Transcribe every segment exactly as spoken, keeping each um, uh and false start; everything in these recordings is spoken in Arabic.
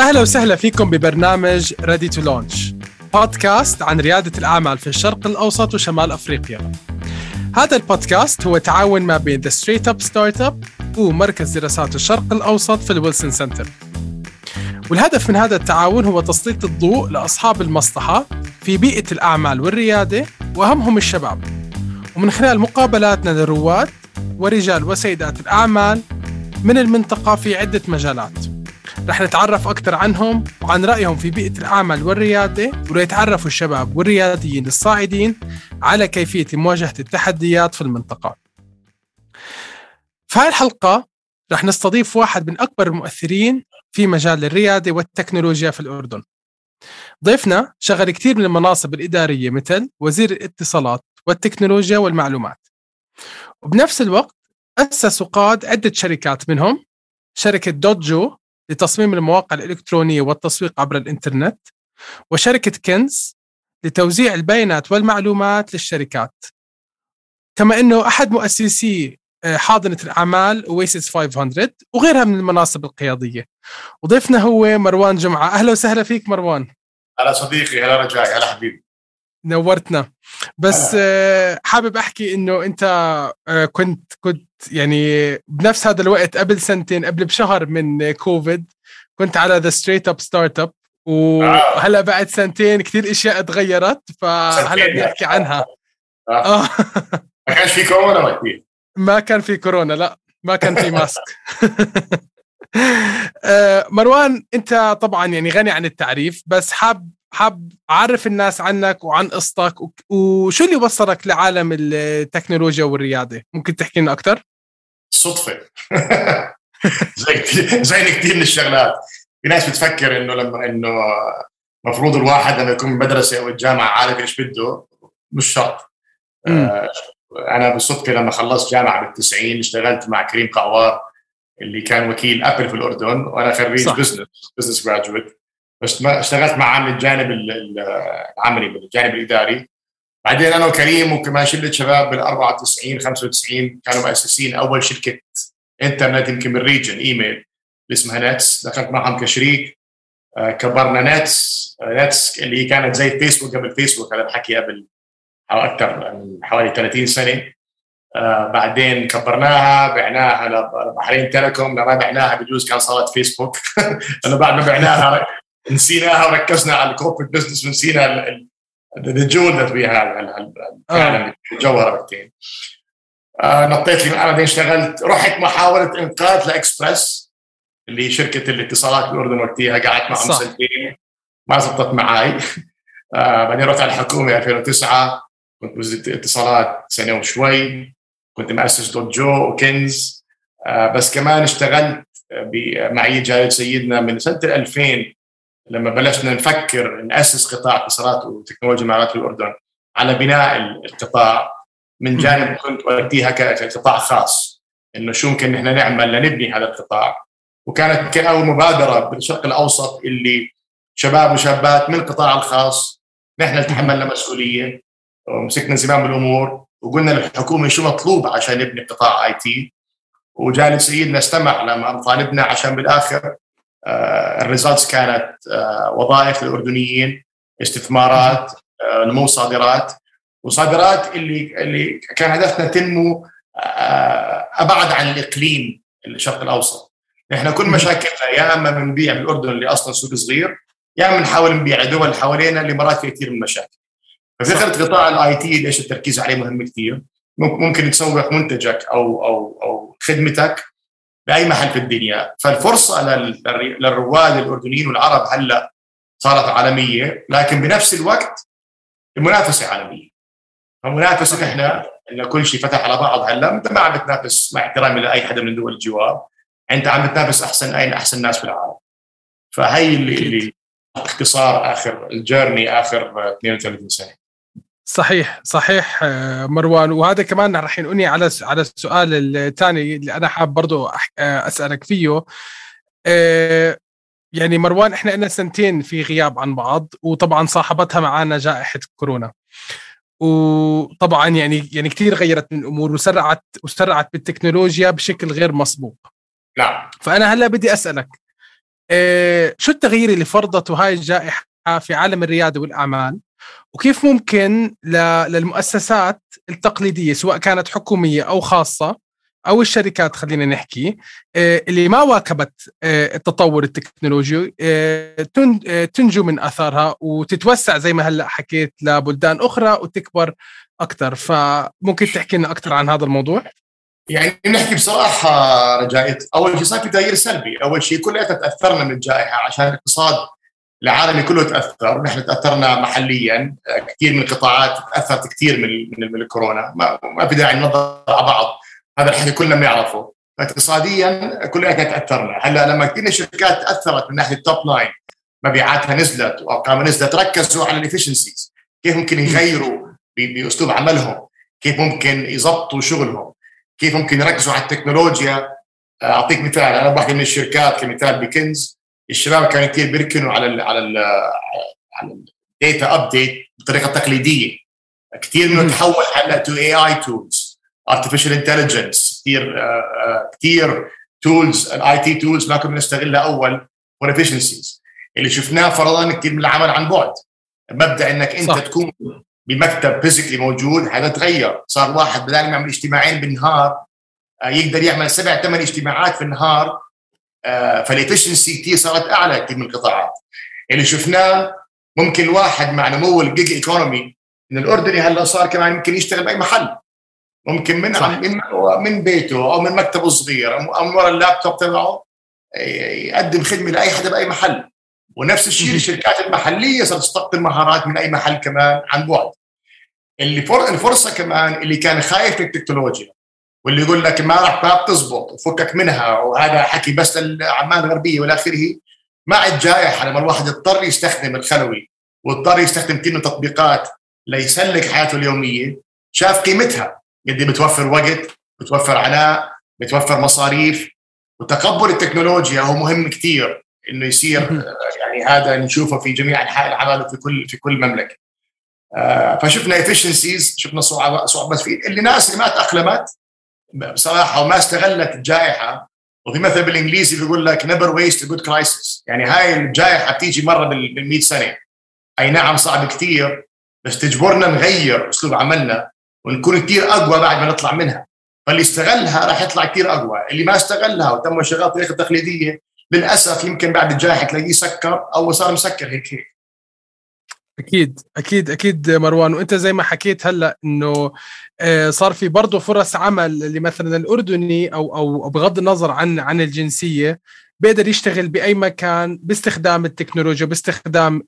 أهلا وسهلا فيكم ببرنامج Ready to Launch، بودكاست عن ريادة الأعمال في الشرق الأوسط وشمال أفريقيا. هذا البودكاست هو تعاون ما بين The Straight Up Startup ومركز دراسات الشرق الأوسط في الويلسون سنتر. والهدف من هذا التعاون هو تسليط الضوء لأصحاب المصلحة في بيئة الأعمال والريادة وأهمهم الشباب، ومن خلال مقابلاتنا للرواد ورجال وسيدات الأعمال من المنطقة في عدة مجالات رح نتعرف أكثر عنهم وعن رأيهم في بيئة الأعمال والريادة، وليتعرفوا الشباب والرياديين الصاعدين على كيفية مواجهة التحديات في المنطقة. في هذه الحلقة رح نستضيف واحد من أكبر المؤثرين في مجال الريادة والتكنولوجيا في الأردن. ضيفنا شغل كثير من المناصب الإدارية مثل وزير الاتصالات والتكنولوجيا والمعلومات، وبنفس الوقت أسس وقاد عدة شركات، منهم شركة دوت جو لتصميم المواقع الإلكترونية والتسويق عبر الإنترنت، وشركة كنز لتوزيع البيانات والمعلومات للشركات، كما أنه أحد مؤسسي حاضنة الأعمال Oasis خمسمية وغيرها من المناصب القيادية. وضيفنا هو مروان جمعة. أهلا وسهلا فيك مروان. هلا صديقي، هلا رجائي، هلا حبيبي، نورتنا. بس هلا. حابب أحكي إنه أنت كنت كنت يعني بنفس هذا الوقت قبل سنتين، قبل بشهر من كوفيد، كنت على The Straight Up Startup، وهلا بعد سنتين كتير إشياء تغيرت، فهلا بنحكي عنها. آه. ما كانش في كورونا وقتها؟ ما كان في كورونا، لا ما كان في ماسك. مروان، أنت طبعا يعني غني عن التعريف، بس حاب حاب أعرف الناس عنك وعن قصتك وشو اللي وصلك لعالم التكنولوجيا والريادة. ممكن تحكي لنا أكتر؟ صدفة. زي كتير زي كتير من الشغلات. في ناس بتفكر إنه لما إنه مفروض الواحد لما يكون مدرسة أو الجامعة عارف إيش بده، مش شرط. آه أنا بالصدفة لما خلصت جامعة بالتسعين اشتغلت مع كريم قعوار اللي كان وكيل أبل في الأردن، وأنا خريج بزنس بزنس جراجويت، بس اشتغلت معاه من الجانب العملي، من الجانب الإداري. بعدين أنا وكريم وكمان شلة شباب بالأربعة وتسعين خمسة وتسعين كانوا مؤسسين أول شركة إنترنت يمكن بالريجن إيميل اسمها نتس. دخلت معهم كشريك، كبرنا نتس نتس اللي كانت زي فيسبوك قبل فيسبوك، هذا بحكي قبل أكثر من حوالي ثلاثين سنة. بعدين كبرناها، بعناها لبحرين تيليكوم، لما بعناها بجوز كان صارت فيسبوك. لأنه بعد ما بعناها نسيناها وركزنا على الكوربريت بزنس، ونسينا الجول ذات بيها فعلا الجوهرة بكتين. آه نطيت لي، أنا بعدين اشتغلت، رحت محاولة إنقاذ لإكسبرس اللي شركة الاتصالات بالأردن وقتها، قعدت معهم سنتين ما زبطت معاي. آه بعدين رحت على الحكومة ألفين وتسعة، كنت وزير اتصالات سنة وشوي، كنت مؤسس دوت جو وكنز. آه بس كمان اشتغلت بمعية جلال سيدنا من سنة ألفين لما بلشنا نفكر نأسس قطاع اتصالات وتكنولوجيا المعلومات في الأردن على بناء القطاع من جانب كنت وقتها كقطاع خاص، إنه شو ممكن نحن نعمل لنبني هذا القطاع. وكانت كأول مبادرة بالشرق الأوسط اللي شباب وشابات من القطاع الخاص نحن نتحملنا مسؤولية ومسكنا زمام بالأمور، وقلنا للحكومة شو مطلوب عشان نبني قطاع آي تي. وجالي سيدنا استمع لما مطالبنا، عشان بالآخر آه الريزالتس كانت آه وظائف للأردنيين، استثمارات، آه نمو صادرات، وصادرات اللي اللي كان هدفنا تنمو آه أبعد عن الإقليم الشرق الأوسط. إحنا كل مشاكلنا يا أما بنبيع بالأردن اللي أصلا سوق صغير، يا أما نحاول نبيع دول اللي حوالينا اللي مرات فيها كثير من المشاكل. ففكرة قطاع الاي تي ليش التركيز عليه مهم كثير. ممكن تسوق منتجك او او او خدمتك باي محل في الدنيا. فالفرصه للرواد الاردنيين والعرب هلا صارت عالميه، لكن بنفس الوقت المنافسه عالميه. فمنافسه احنا ان كل شيء فتح على بعض. هلا انت ما عم بتنافس، مع احترامي لاي حدا من دول الجوار، انت عم بتنافس احسن اين احسن ناس في العالم. فهي اللي, اللي اختصار اخر الجيرني اخر اثنين وثلاثين سنه. صحيح صحيح مروان. وهذا كمان رح ينقلني على على السؤال الثاني اللي أنا حاب برضو أسألك فيه. يعني مروان، إحنا لنا سنتين في غياب عن بعض، وطبعا صاحبتها معانا جائحة كورونا، وطبعا يعني يعني كتير غيرت من الأمور وسرعت وسرعت بالتكنولوجيا بشكل غير مسبوق. نعم. فأنا هلا بدي أسألك، شو التغيير اللي فرضته هاي الجائحة في عالم الريادة والأعمال، وكيف ممكن للمؤسسات التقليدية سواء كانت حكومية أو خاصة أو الشركات خلينا نحكي اللي ما واكبت التطور التكنولوجي تنجو من أثارها وتتوسع زي ما هلأ حكيت لبلدان أخرى وتكبر أكتر؟ فممكن تحكي لنا أكتر عن هذا الموضوع؟ يعني نحكي بصراحة رجاء، أول شيء صار في تغيير سلبي. أول شيء كلنا تأثرنا من الجائحة عشان الاقتصاد العالمي كله تأثر، نحن تأثرنا محليا، كثير من القطاعات تأثرت كثير من من الكورونا، ما, ما في داعي ننظر على بعض، هذا الحكي كلنا بنعرفه. اقتصاديا كلنا تأثرنا. هلا لما كثير شركات تأثرت من ناحية التوب لاين، مبيعاتها نزلت وأرقامها نزلت، ركزوا على الإفشنسيز، كيف ممكن يغيروا بأسلوب عملهم، كيف ممكن يضبطوا شغلهم، كيف ممكن يركزوا على التكنولوجيا. أعطيك مثال، أنا واحدة من الشركات كمثال بكنز، الشباب كانوا كثير بيركنوا على ال على ال على الداتا أبديت بطريقة تقليدية، كثير منه تحول هلا تو إيه آي tools، artificial intelligence، كثير كثير tools، الآي تي tools ما كنا نستغلها أول for efficiencies. اللي شفناه فرضاً كثير من العمل عن بعد، مبدأ إنك أنت صح. تكون بمكتب فيزيكلي موجود، هذا تغير، صار واحد بدل ما يعمل اجتماعين بالنهار يقدر يعمل سبع ثمان اجتماعات في النهار، فالإفشنسي كتير صارت أعلى كتير من القطاعات. اللي شفناه ممكن الواحد مع نمو الجيج إيكونومي إن الأردني هلا صار كمان ممكن يشتغل بأي محل، ممكن من من من بيته أو من مكتبه الصغير أو من وراء اللابتوب تبعه يقدم خدمة لأي حدا بأي محل. ونفس الشيء الشركات المحلية صارت تستقطب مهارات من أي محل كمان عن بعد. اللي الفرصة كمان اللي كان خايف من التكنولوجيا واللي يقول لك ما راح ما بتزبط وفكك منها وهذا حكي بس للأعمال الغربية والى آخره، مع الجائحة لما الواحد اضطر يستخدم الخلوي واضطر يستخدم كل تطبيقات ليسلك حياته اليومية، شاف قيمتها قد بتوفر وقت، بتوفر عناء، بتوفر مصاريف. وتقبل التكنولوجيا هو مهم كتير إنه يصير، يعني هذا نشوفه في جميع أنحاء العالم في كل في كل مملكة. آه فشفنا efficiencies، شفنا صعوبات صعوبات في اللي ناس اللي ما تأقلمت بصراحة وما استغلت الجائحة. وفي مثل بالإنجليزي بيقول لك never waste a good crisis، يعني هاي الجائحة بتيجي مرة بالمئة سنة، أي نعم صعب كتير بس تجبرنا نغير أسلوب عملنا ونكون كتير أقوى بعد ما نطلع منها. فاللي استغلها راح يطلع كتير أقوى، اللي ما استغلها وتم شغال بطريقة تقليدية للأسف يمكن بعد الجائحة تلاقيه سكر أو صار مسكر هيك هيك. أكيد أكيد أكيد مروان، وأنت زي ما حكيت هلأ إنه صار في برضو فرص عمل اللي مثلا الأردني أو أو بغض النظر عن عن الجنسية بيقدر يشتغل بأي مكان باستخدام التكنولوجيا، باستخدام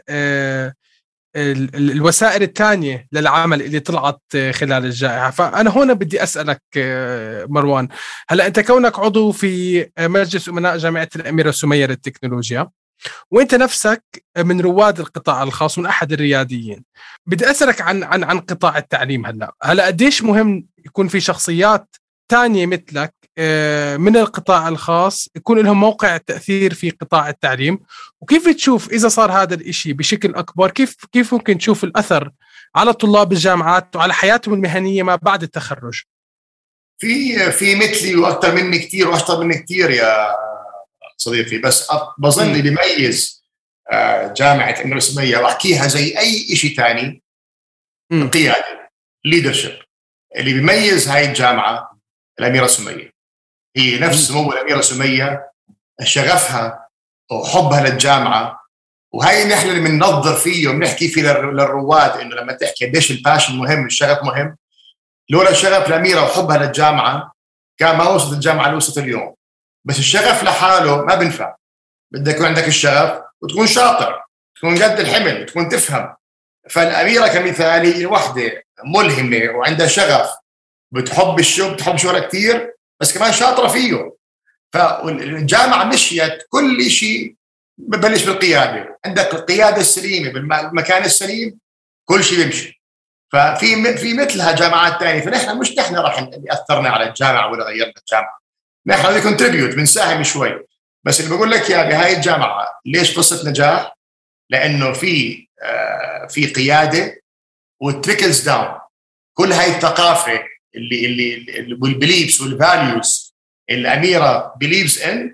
الوسائل الثانية للعمل اللي طلعت خلال الجائحة. فأنا هنا بدي أسألك مروان، هلأ أنت كونك عضو في مجلس أمناء جامعة الأميرة سمية للتكنولوجيا وانت نفسك من رواد القطاع الخاص من احد الرياديين، بدي اسالك عن عن عن قطاع التعليم. هلا هلا قديش مهم يكون في شخصيات تانية مثلك من القطاع الخاص يكون لهم موقع تأثير في قطاع التعليم، وكيف تشوف اذا صار هذا الاشي بشكل اكبر كيف كيف ممكن تشوف الاثر على طلاب الجامعات وعلى حياتهم المهنية ما بعد التخرج؟ في في مثلي واكثر مني كثير واشطر مني كثير يا صديقي، بس بظن اللي بيميز جامعة الأميرة سمية وأحكيها زي أي شيء تاني القيادة، leadership. اللي بيميز هاي الجامعة الأميرة سمية هي نفس سمو الأميرة سمية، شغفها وحبها للجامعة. وهاي نحن اللي بننظر فيه وبنحكي فيه للرواد، إنه لما تحكي قديش الباشن مهم، الشغف مهم. لولا شغف الأميرة وحبها للجامعة كان ما وصلت الجامعة اللي وصلت اليوم. بس الشغف لحاله ما بنفع، بدك يكون عندك الشغف وتكون شاطر، تكون قد الحمل، تكون تفهم. فالأميرة كمثالي وحدة ملهمة وعندها شغف، بتحب الشغل، بتحب شغلها كتير، بس كمان شاطرة فيه. فالجامعة مشيت كل شيء ببلش بالقيادة، عندك القيادة السليمة بالمكان السليم كل شيء بيمشي. ففي في مثلها جامعات تانية. فنحن مش نحن راح اللي أثرنا على الجامعة ولا غيرنا الجامعة، نحن اللي كونتريبيوت بنساهم شوي. بس اللي بقول لك يا بهاي الجامعة ليش قصة نجاح؟ لأنه في آه في قيادة والتريكلز داون. كل هاي الثقافة اللي اللي والبيليفز والفاليوز الأميرة بيليفز إن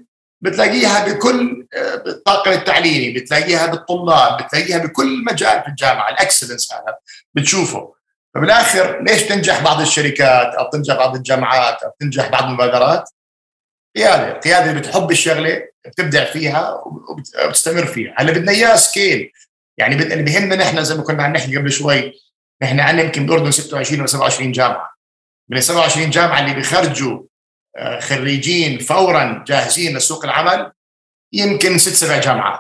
بتلاقيها بكل الطاقم التعليمي، بتلاقيها بالطلاب، بتلاقيها بكل مجال في الجامعه. الاكسلنس هذا بتشوفه. فبالاخر ليش تنجح بعض الشركات او تنجح بعض الجامعات او تنجح بعض المبادرات؟ قياده قياده بتحب الشغله، بتبدع فيها وبتستمر فيها. هلا بدنا اياه سكيل، يعني اللي بيهمنا نحن زي ما كنا عم نحكي قبل شوي، نحن عندنا يمكن بالاردن ستة وعشرين او سبعة وعشرين جامعه. من ال سبعة وعشرين جامعه اللي بيخرجوا خريجين فورا جاهزين لسوق العمل يمكن ست سبع جامعات.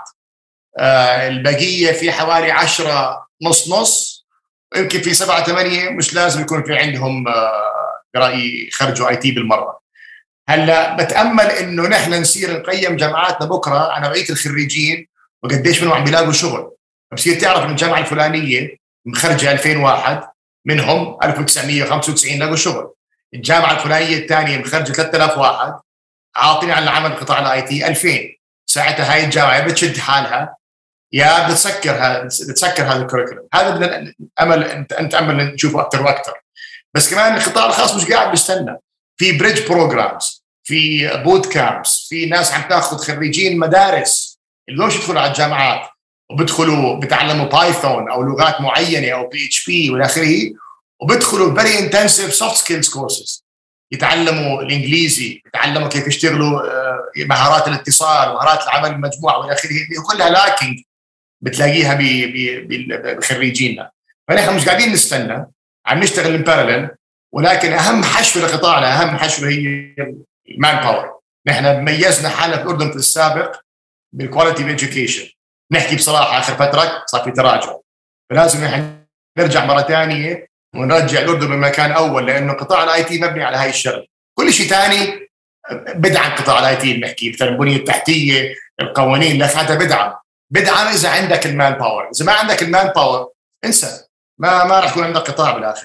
البقيه في حوالي عشرة نص نص، يمكن في سبعة ثمانية مش لازم يكون في عندهم برأيي يخرجوا اي تي بالمره. هلا بتامل انه نحن نصير نقيم جامعاتنا بكره على نوعيه الخريجين وقديش منهم عم بيلاقوا شغل. بصير تعرف ان الجامعه الفلانيه مخرجه ألفين وواحد، منهم ألف وتسعمية وخمسة وتسعين لاقوا شغل. الجامعه الفلانيه الثانيه مخرجه ثلاثة آلاف واحد، عاطيني على العمل قطاع الاي تي ألفين. ساعتها هاي الجامعه بتشد حالها يا بتسكر هذا بتسكر هذا الكوريكولم. هذا بدنا امل انت انت امل نشوفه اكثر واكثر. بس كمان القطاع الخاص مش قاعد بيستنى، في بريدج بروجرامز، في بوت كامبس، في ناس عم تاخذ خريجين مدارس اللي مش يدخلوا على الجامعات وبدخلوا بتعلموا بايثون او لغات معينه او بي اتش بي والى اخره، وبدخلوا فيري انتنسيف سوفت سكيلز كورسز، يتعلموا الانجليزي، يتعلموا كيف يشتغلوا مهارات الاتصال، مهارات العمل المجموعه والى اخره. كلها لاكينج بتلاقيها بخريجيننا. فنحن مش قاعدين نستنى، عم نشتغل من باراليل. ولكن اهم حشوه لقطاعنا، اهم حشوه هي المان باور. نحن ميزنا حالنا في الاردن في السابق بالكواليتي اديوكيشن. نحكي بصراحه اخر فتره صار في تراجع، فلازم نحن نرجع مره ثانيه ونرجع الاردن بمكان اول، لانه قطاع الاي تي مبني على هاي الشغله. كل شيء ثاني بدعم قطاع الاي تي، بنحكي مثلا البنيه التحتيه، القوانين، لفاتها بدعم بدعم اذا عندك المان باور. اذا ما عندك المان باور انسى، ما ما راح يكون عندك قطاع بالاخر.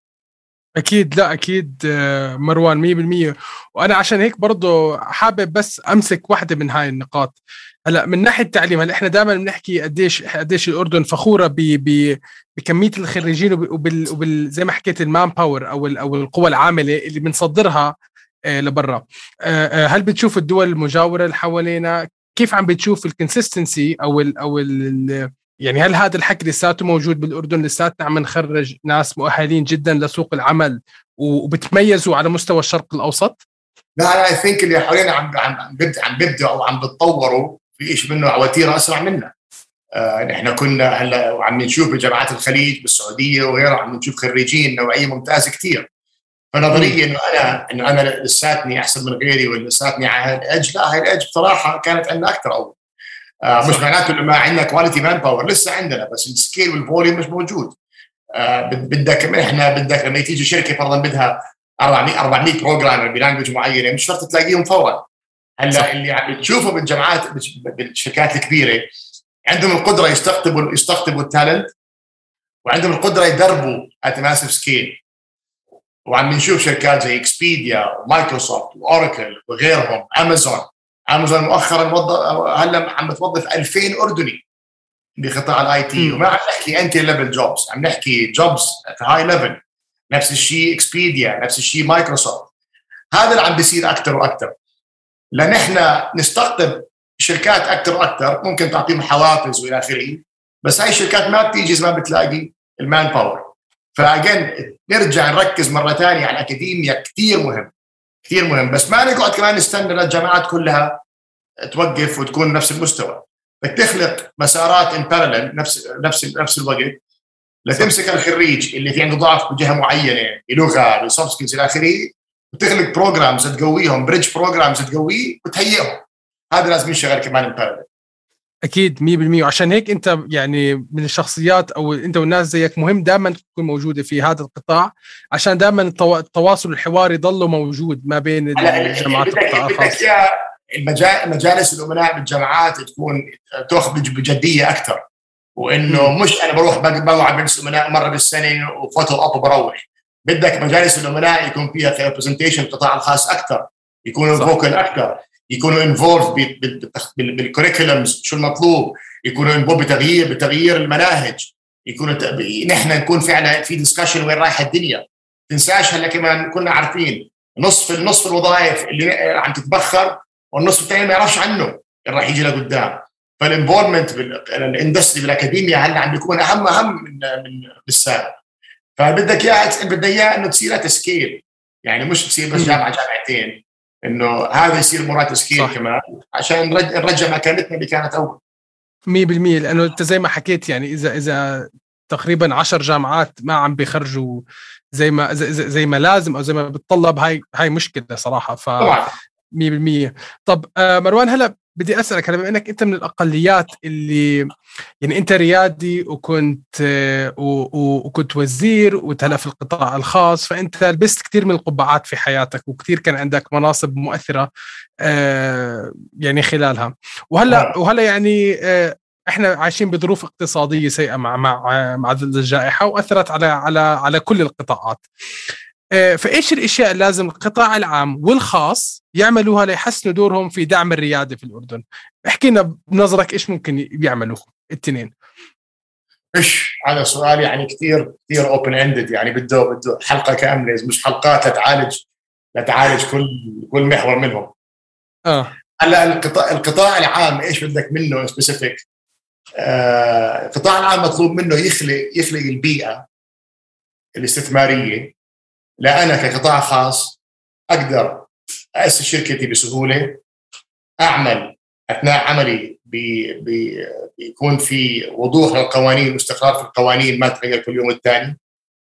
أكيد، لا أكيد مروان مية بالمية. وأنا عشان هيك برضو حابب بس أمسك واحدة من هاي النقاط. هلا من ناحية التعليم، هلا إحنا دائما بنحكي قديش قديش الأردن فخورة ب ب بكمية الخريجين وبال وبال زي ما حكيت المان باور أو أو القوى العاملة اللي بنصدرها لبرا. هل بتشوف الدول المجاورة اللي حوالينا كيف عم بتشوف الكونسيستنسي أو ال أو ال يعني هل هذا الحكي لساته موجود بالأردن؟ لساتنا عم نخرج ناس مؤهلين جدا لسوق العمل وبتميزوا على مستوى الشرق الأوسط؟ لا أنا أثينك اللي حوالينا عم عم ببدأ عم بيبدأوا أو عم بتطوروا في إيش منه عواتير أسرع منا. آه نحن كنا هلا وعم نشوف بجامعات الخليج بالسعودية وغيرها عم نشوف خريجين نوعية ممتازة كتير. فنظريا إنه أنا إنه أنا لساتني أحسن من غيري ولا لساتني على الأج، لا هاي الأج بصراحة كانت عندنا أكثر أول. آه مش معناته انه ما عندنا كواليتي مان باور، لسه عندنا، بس السكيل والفوليوم مش موجود. آه بدك احنا بدك لما تيجي شركه فرضا بدها أربعمية أربعمية بروجرامر بلانجوج معينه مش شرط تلاقيهم فورا. هلا اللي عم تشوفه بالجامعات بالشركات الكبيره عندهم القدره يستقطبوا يستقطبوا التالنت، وعندهم القدره يدربوا ات ماسيف سكيل. وعم نشوف شركات زي اكسبيديا ومايكروسوفت واوراكل وغيرهم، امازون امازون مؤخرا وظف هلا عم بتوظف ألفين اردني بقطاع الاي تي، وما عم نحكي انتي ليفل جوبز، عم نحكي جوبز هاي ليفل. نفس الشيء اكسبيديا، نفس الشيء مايكروسوفت. هذا اللي عم بيصير اكثر واكثر، لان احنا نستقطب شركات اكثر واكثر، ممكن تعطيهم حوافز والى اخره، بس هاي الشركات ما بتيجي اذا ما بتلاقي المان باور. فاجن نرجع نركز مره ثانيه على الاكاديميا، كثير مهم كثير مهم، بس ما نقعد كمان نستنى للجامعات كلها توقف وتكون نفس المستوى. بدك تخلق مسارات ان باراليل نفس نفس نفس الوقت لتمسك الخريج اللي في عنده ضعف بجهه معينه بلغه بسوفت سكيلز الى اخره، وتخلق بروجرامز تقويهم، بريدج بروجرامز تقويه وتهيئهم. هذا لازم يشتغل كمان ان باراليل. أكيد مية بالمية. وعشان هيك أنت يعني من الشخصيات أو أنت والناس زيك مهم دائما تكون موجودة في هذا القطاع، عشان دائما التواصل الحواري ضله موجود ما بين الجامعات والقطاع الخاص. مجالس الأمناء بالجامعات تكون تأخذ بجدية أكثر، وإنه مش أنا بروح بقعد مجلس أمناء مرة بالسنة وفوتو الأب وبروح. بدك مجالس الأمناء يكون فيها ريبريزنتيشن القطاع الخاص أكثر، يكونوا فوكل أكثر، يكونوا انفولف بالكوريكولمز شو المطلوب، يكونوا انفولف بتغيير بتغيير المناهج، يكونوا نحن نكون فعلا في ديسكشن وين رايحه الدنيا. تنساش هلا كمان كنا عارفين نصف النصف الوظائف اللي عم تتبخر والنص الثاني ما يعرفش عنه راح يجي لقدام. فالانفولمنت بالاندستري بالاكاديميا هلا عم بيكون اهم اهم من من السابق. فبدك اياه بدك اياه انه تصير تسكيل، يعني مش تصير بس جامعه جامعتين، انه هذا يصير مرات تسكيل كمان عشان نرجع مكانتنا اللي كانت اول. مية بالمية لانه انت زي ما حكيت يعني اذا اذا تقريبا عشر جامعات ما عم بيخرجوا زي ما زي, زي ما لازم او زي ما بتطلب، هاي هاي مشكله صراحه. ف مية بالمية. طب مروان هلا بدي أسألك، بما أنك أنت من الأقليات اللي يعني أنت ريادي وكنت وكنت وزير وتهلا في القطاع الخاص، فأنت لبست كتير من القبعات في حياتك وكتير كان عندك مناصب مؤثرة يعني خلالها. وهلا وهلا يعني إحنا عايشين بظروف اقتصادية سيئة مع مع مع الجائحة وأثرت على على على كل القطاعات. فإيش الأشياء لازم القطاع العام والخاص يعملوها ليحسنوا دورهم في دعم الريادة في الأردن؟ احكينا بنظرك إيش ممكن يعملوا الاثنين. إيش هذا سؤال يعني كتير كتير open ended، يعني بده بده حلقة كاملة مش حلقات لتعالج لتعالج كل كل محور منهم. آه هلا القطاع القطاع العام إيش بدك منه سبيسيفيك؟ آه القطاع العام مطلوب منه يخلق يخلق البيئة الاستثمارية لأنا كقطاع خاص أقدر أسس شركتي بسهولة، أعمل أثناء عملي بي بي بيكون في وضوح للقوانين واستقرار في القوانين ما تغير كل يوم الثاني.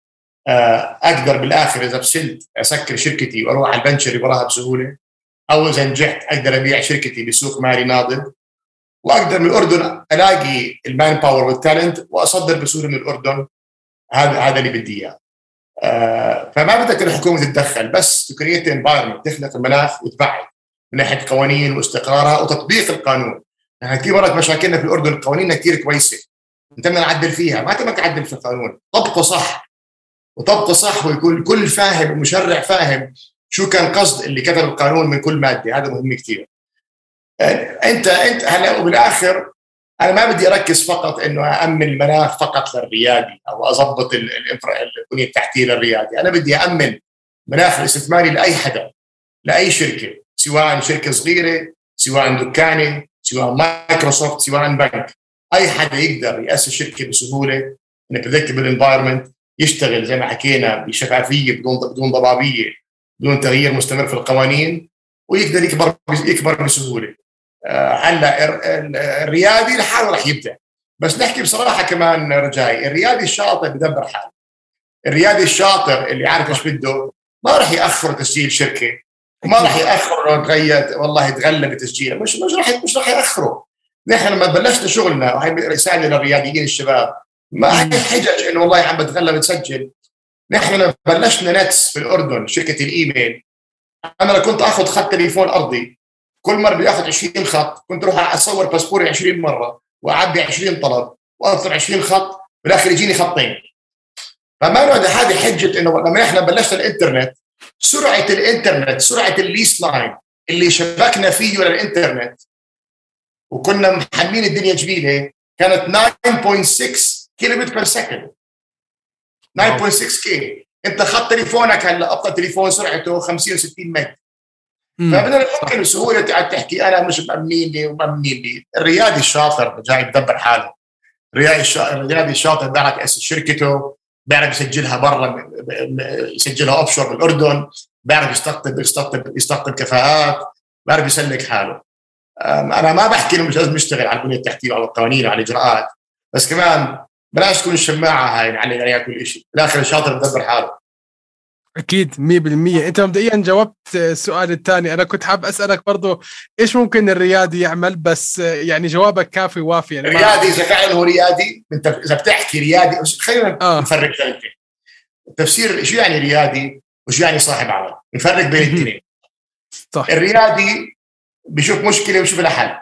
أقدر بالآخر إذا بسلت أسكر شركتي وأروح على البنشر اللي وراها بسهولة، أو إذا نجحت أقدر أبيع شركتي بسوق مالي ناضج، وأقدر من الأردن ألاقي المان باور والتالنت وأصدر بسهولة من الأردن. هذا هذا اللي بدي إياه. آه فما بدك الحكومة تتدخل، بس تكريت انفايرمنت، تخلق المناخ وتبعد من ناحية القوانين واستقرارها وتطبيق القانون. يعني كثير مرات مشاكلنا في الأردن قوانيننا كثير كويسة، انت بدنا نعدل فيها، ما تبغى تعدل في القانون، طبقه صح وطبقه صح ويكون الكل فاهم ومشرع فاهم شو كان قصد اللي كتب القانون من كل مادة. هذا مهم كثير. انت انت هلا وبالاخر انا ما بدي اركز فقط انه أأمن المناخ فقط للريادي او اضبط البنيه التحتيه للريادي، انا بدي أأمن مناخ الاستثماري لاي حدا، لاي شركه، سواء شركه صغيره، سواء دكانه، سواء مايكروسوفت، سواء بنك، اي حدا يقدر ياسس شركه بسهوله ان بريدكتبل انفايرمنت، يشتغل زي ما حكينا بشفافيه بدون بدون ضبابيه، بدون تغيير مستمر في القوانين، ويقدر يكبر يكبر بسهوله. هلا الريادي لحاله رح يبدع، بس نحكي بصراحه كمان رجاي، الريادي الشاطر بدبر حاله. الريادي الشاطر اللي عارف ايش بده ما رح ياخر تسجيل شركه، وما رح ياخر تغير والله يتغلى بتسجيله، مش مش رح مش رح ياخره. نحن لما بلشنا شغلنا، وهي رساله للرياديين الشباب، ما هي حجج انه والله عم بتغلى بتسجل. نحن لما بلشنا نتس في الاردن شركه الايميل، انا كنت اخذ خط تليفون ارضي كل مره بدي اخذ عشرين خط، كنت اروح اصور باسبوري عشرين مره واعبي عشرين طلب واطلب عشرين خط، بالاخر يجيني خطين. فما نقعد هذه حجه انه لما احنا بلشنا الانترنت، سرعه الانترنت، سرعه الليس لاين اللي شبكنا فيه للانترنت وكنا محمين الدنيا جميله، كانت تسعة فاصلة ستة كيلو بت بير سكند. تسعة فاصلة ستة كي، انت خط تليفونك هلا ابطا تليفون سرعته خمسين وستين ميجا. فبدنا نفكر بسهوله تحكي انا مش مأمنين لي ومأمنين لي. الريادي الشاطر جاي بدبر حاله، الريادي الشاطر بيعرف يأسس شركته، بيعرف يسجلها برا، يسجلها اوفشور بالاردن، بيعرف يستقطب يستقطب يستقطب كفاءات، بيعرف يسلك حاله. انا ما بحكي انه مش لازم نشتغل على البنيه التحتيه وعلى القوانين وعلى الاجراءات، بس كمان بلاش تكون الشماعه هاي على عليها كل شيء، بالاخر الشاطر بدبر حاله. أكيد مية بالمية. أنت مبدئيا جاوبت السؤال الثاني، أنا كنت حاب أسألك برضو إيش ممكن الريادي يعمل، بس يعني جوابك كافي وافي. يعني الريادي إذا فعلا هو ريادي، أنت إذا بتحكي ريادي خلينا آه. نفرق ثلاثة تفسير شو يعني ريادي وشو يعني صاحب عمل، نفرق بين الاثنين. صح. الريادي بيشوف مشكلة ويشوف لها حل.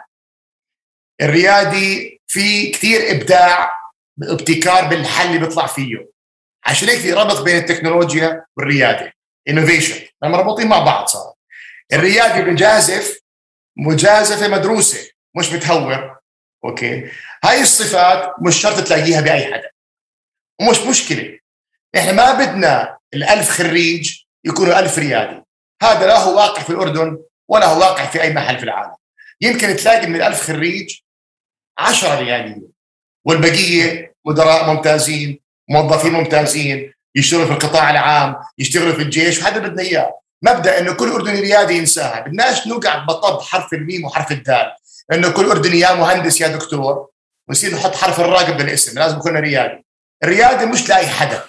الريادي في كتير إبداع ابتكار بالحل اللي بيطلع فيه، عشان هيك في ربط بين التكنولوجيا والريادة، innovation لما ربطين مع بعض صار. الريادي بجازف مجازفة مدروسة مش بتهور. أوكي، هاي الصفات مش شرط تلاقيها بأي حدا ومش مشكلة. إحنا ما بدنا الألف خريج يكونوا ألف ريادي، هذا لا هو واقع في الأردن ولا هو واقع في أي محل في العالم. يمكن تلاقي من الألف خريج عشرة رياديين، والبقية مدراء ممتازين، موظفين ممتازين، يشتغلوا في القطاع العام، يشتغلوا في الجيش، وهذا بدنا إياه. مبدأ إنه كل أردني ريادي ينساها، بدناش نوقع بطب حرف الميم وحرف الدال، إنه كل أردني يا مهندس يا دكتور، ونصير نحط حرف الراء قبل الاسم، لازم يكون ريادي. الريادة مش لأي حدا،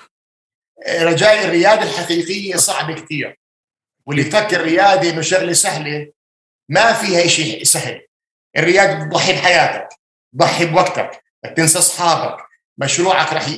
رجاء الريادة الحقيقية صعبة كتير، واللي يفكر ريادي إنه شغلة سهلة، ما فيها شيء سهل. الريادة تضحي بحياتك، تضحي بوقتك، تنسى أصحابك، مشروعك رح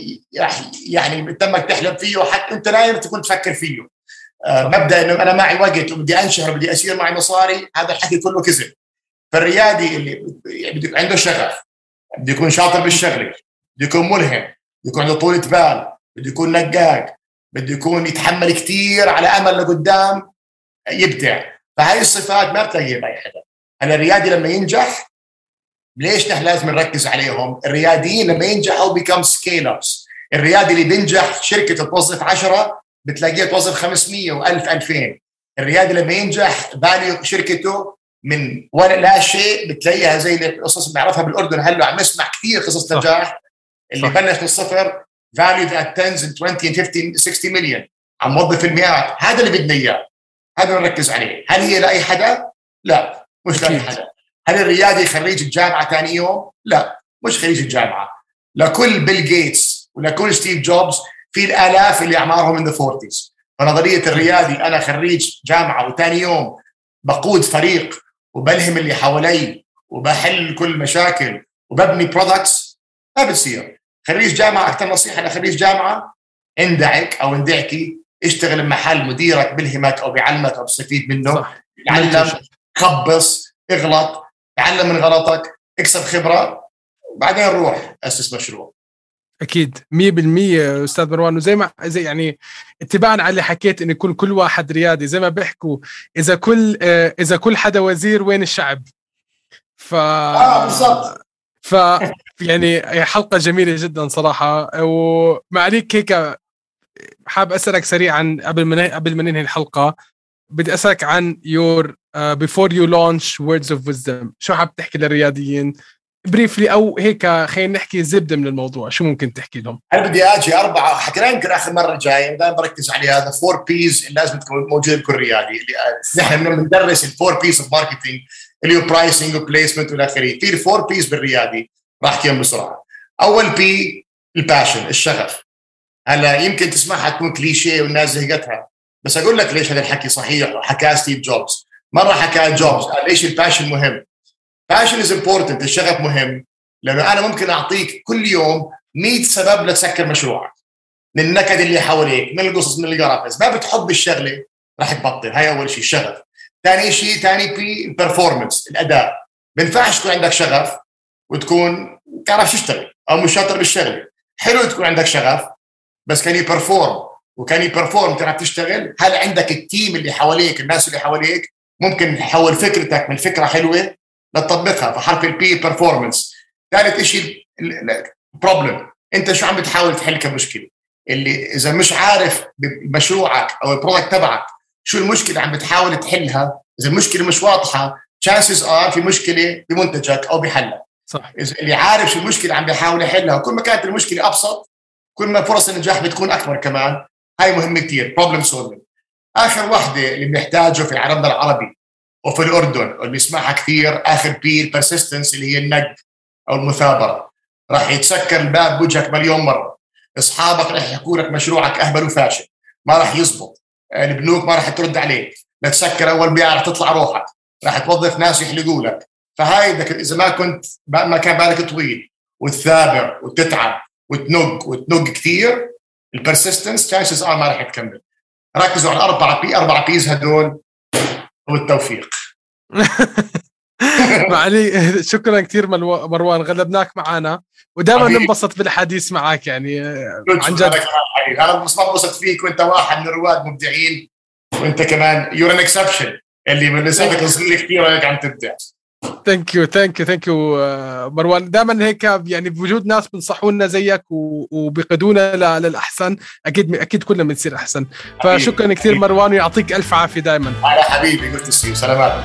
يعني تمك تحلم فيه وحتى أنت نايم تكون تفكر فيه. آه مبدأ إنه أنا معي وقت وبدي أنشهر بدي أسير معي مصاري، هذا الحكي كله كذب. فالريادي اللي بده عنده شغف، بده يكون شاطر بالشغله، بده يكون ملهم، بده يكون عنده طولة بال، بده يكون نقاق، بده يكون يتحمل كتير على أمل لقدام، يبدع. فهاي الصفات ما بتلاقيها بأي حدا. أنا الريادي لما ينجح، ليش نحن لازم نركز عليهم؟ الرياديين لما ينجحوا become scale-ups. الريادي اللي بينجح شركة توظف عشرة بتلاقيه توظف خمسمية وألف ألفين. الريادي لما ينجح فاليو شركته من ولا لا شيء بتلاقيها زي القصص اللي بنعرفها بالأردن. هلا عم نسمع كثير قصص نجاح اللي صح. بلش من الصفر valued at tens and twenty and fifteen sixty million، عم موظف المئات. هذا اللي بدنا إياه، هذا نركز عليه. هل هي لأي حدا؟ لا، مش لأي حدا. هل الريادي خريج الجامعة ثاني يوم؟ لا، مش خريج الجامعة. لكل بيل جيتس ولكل ستيف جوبز في الآلاف اللي أعمارهم من الفورتيز. فنظرية الريادي أنا خريج جامعة وثاني يوم بقود فريق وبلهم اللي حوالي وبحل كل مشاكل وببني برودكتس، ما بتصير. خريج جامعة، أكثر نصيحة لخريج جامعة، اندعك أو اندعكي، اشتغل بمحل مديرك بلهمك أو بيعلمك أو بستفيد منه، تعلم، خبص، اغلط، تعلم من غلطك، اكسب خبرة، وبعدين روح أسس مشروع. أكيد مية بالمية أستاذ مروان. وزي ما زي يعني اتباعا على اللي حكيت إن يكون كل واحد ريادي، زي ما بيحكوا إذا كل إذا كل حدا وزير وين الشعب. ف آه بالضبط. ف يعني حلقة جميلة جدا صراحة. ومعليك هيك حاب أسألك سريعا قبل ما قبل ما ننهي الحلقة، بدي أسألك عن your uh, before you launch words of wisdom. شو حاب تحكي للرياديين بريفلي، أو هيك خلينا نحكي زبدة من الموضوع، شو ممكن تحكي لهم؟ أنا بدي أجي أربعة حكينا يمكن آخر مرة جاي دائما بركز على هذا four P's اللي لازم تكون موجودة بكل ريادي. اللي نحن بندرس ال four P's of marketing اللي هو pricing و placement والى آخره. في ال four P's بالريادي راح أحكيهم بسرعة. أول P الباشن، الشغف. هلا يمكن تسمعها تكون كليشيه والناس زهقتها، بس أقول لك ليش هذا الحكي صحيح. وحكاه ستيف جوبز مرة، حكاه جوبز قال ليش الباشن مهم. passion is important، الشغف مهم، لأنه أنا ممكن أعطيك كل يوم مئة سبب لتسكر مشروعك، من النكد اللي حواليك، من القصص، من القرافز. ما بتحب الشغلة راح تبطل. هاي أول شيء الشغف. ثاني شيء ثاني بي البرفورمانس، الأداء. بينفعش تكون عندك شغف وتكون تعرف تشتغل أو مش شاطر بالشغلة. حلو تكون عندك شغف بس كان يبرفورم، وكان يبرفورم تعرف تشتغل. هل عندك التيم اللي حواليك، الناس اللي حواليك ممكن تحول فكرتك من فكرة حلوة لتطبقها. فحرف البي performance. ثالث شيء problem، انت شو عم بتحاول تحل كمشكله. اللي اذا مش عارف بمشروعك او البرودكت تبعك شو المشكله عم بتحاول تحلها، اذا المشكله مش واضحه chances are في مشكله بمنتجك او بحلها. صح. اذا اللي عارف شو المشكله عم بيحاول يحلها، وكل ما كانت المشكله ابسط كل ما فرص النجاح بتكون اكبر كمان. هاي مهمه كثير problem solving. اخر واحده اللي بنحتاجه في عالمنا العربي وفي الأردن واللي بيسمعها كثير، آخر بي البرسيستنس اللي هي النق أو المثابرة. راح يتسكر الباب بوجهك مليون مرة، أصحابك راح يحكوا لك مشروعك أهبل وفاشل، ما راح يزبط، البنوك ما راح ترد عليك، لتسكر أول بيعة راح تطلع روحك، راح توظف ناس يحلقوا لك. فهاي إذا ما كنت ما كان بالك طويل وتثابر وتتعب وتنق وتنق كثير، البرسيستنس chances are ما راح تكمل. ركزوا على أربعة بي أربعة بيز هدول والتوفيق. معلي شكرا كثير مروان، غلبناك معنا ودائما ننبسط بالحديث معك. يعني عن جد انا بنبسط فيك، وانت واحد من الرواد مبدعين، وانت كمان يور ان اكسبشن اللي من لسانك صغير كثير وهيك عم تبدع. ثانك يو ثانك يو ثانك يو مروان. دائما هيك يعني بوجود ناس بنصحونا زيك وبيقودونا للاحسن، اكيد اكيد كلنا بنصير احسن. فشكرا كثير مروان، ويعطيك الف عافيه دائما. على حبيبي، قلت السيو، سلامات.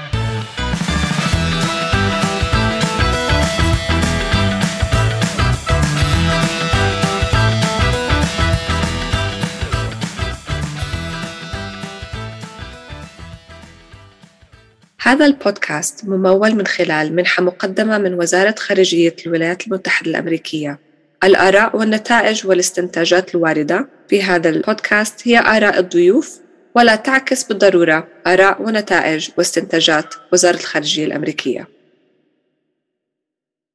هذا البودكاست ممول من خلال منحة مقدمة من وزارة خارجية الولايات المتحدة الأمريكية. الآراء والنتائج والاستنتاجات الواردة في هذا البودكاست هي آراء الضيوف، ولا تعكس بالضرورة آراء ونتائج واستنتاجات وزارة الخارجية الأمريكية.